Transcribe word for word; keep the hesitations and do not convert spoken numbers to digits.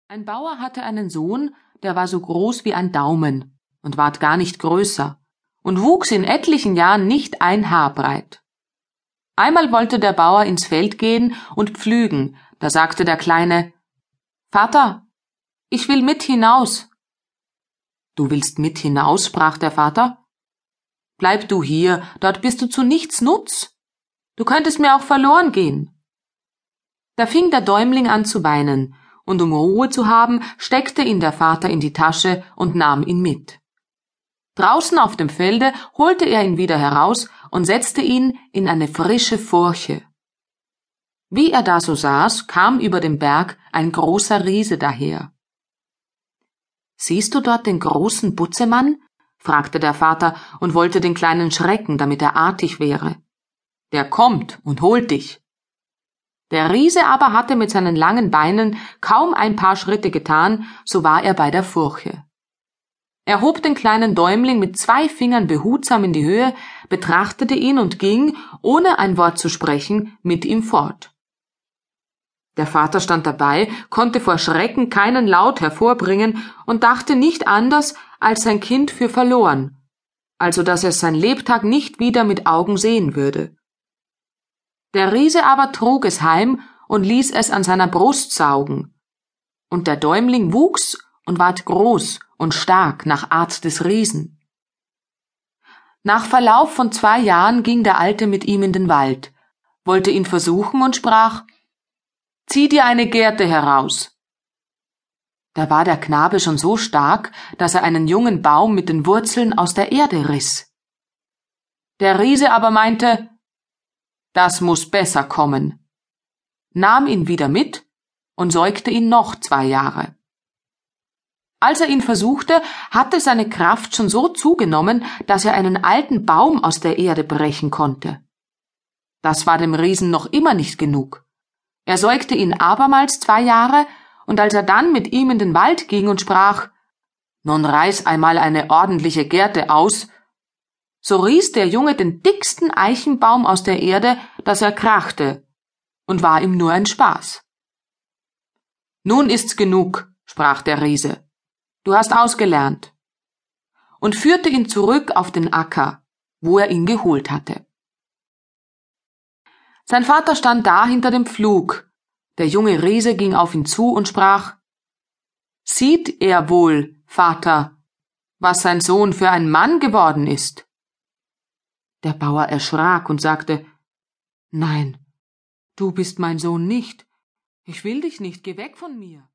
Ein Bauer hatte einen Sohn, der war so groß wie ein Daumen und ward gar nicht größer und wuchs in etlichen Jahren nicht ein Haar breit. Einmal wollte der Bauer ins Feld gehen und pflügen, da sagte der Kleine: »Vater, ich will mit hinaus.« »Du willst mit hinaus?«, sprach der Vater. »Bleib du hier, dort bist du zu nichts Nutz. Du könntest mir auch verloren gehen.« Da fing der Däumling an zu weinen, und um Ruhe zu haben, steckte ihn der Vater in die Tasche und nahm ihn mit. Draußen auf dem Felde holte er ihn wieder heraus und setzte ihn in eine frische Furche. Wie er da so saß, kam über dem Berg ein großer Riese daher. »Siehst du dort den großen Butzemann?«, fragte der Vater und wollte den Kleinen schrecken, damit er artig wäre. »Der kommt und holt dich.« Der Riese aber hatte mit seinen langen Beinen kaum ein paar Schritte getan, so war er bei der Furche. Er hob den kleinen Däumling mit zwei Fingern behutsam in die Höhe, betrachtete ihn und ging, ohne ein Wort zu sprechen, mit ihm fort. Der Vater stand dabei, konnte vor Schrecken keinen Laut hervorbringen und dachte nicht anders als sein Kind für verloren, also dass er sein Lebtag nicht wieder mit Augen sehen würde. Der Riese aber trug es heim und ließ es an seiner Brust saugen. Und der Däumling wuchs und ward groß und stark nach Art des Riesen. Nach Verlauf von zwei Jahren ging der Alte mit ihm in den Wald, wollte ihn versuchen und sprach: »Zieh dir eine Gerte heraus.« Da war der Knabe schon so stark, dass er einen jungen Baum mit den Wurzeln aus der Erde riss. Der Riese aber meinte: »Das muß besser kommen«, nahm ihn wieder mit und säugte ihn noch zwei Jahre. Als er ihn versuchte, hatte seine Kraft schon so zugenommen, dass er einen alten Baum aus der Erde brechen konnte. Das war dem Riesen noch immer nicht genug. Er säugte ihn abermals zwei Jahre, und als er dann mit ihm in den Wald ging und sprach: »Nun reiß einmal eine ordentliche Gerte aus«, so riß der Junge den dicksten Eichenbaum aus der Erde, dass er krachte, und war ihm nur ein Spaß. »Nun ist's genug«, sprach der Riese, »du hast ausgelernt«, und führte ihn zurück auf den Acker, wo er ihn geholt hatte. Sein Vater stand da hinter dem Pflug. Der junge Riese ging auf ihn zu und sprach: »Sieht er wohl, Vater, was sein Sohn für ein Mann geworden ist?« Der Bauer erschrak und sagte: »Nein, du bist mein Sohn nicht. Ich will dich nicht, geh weg von mir.«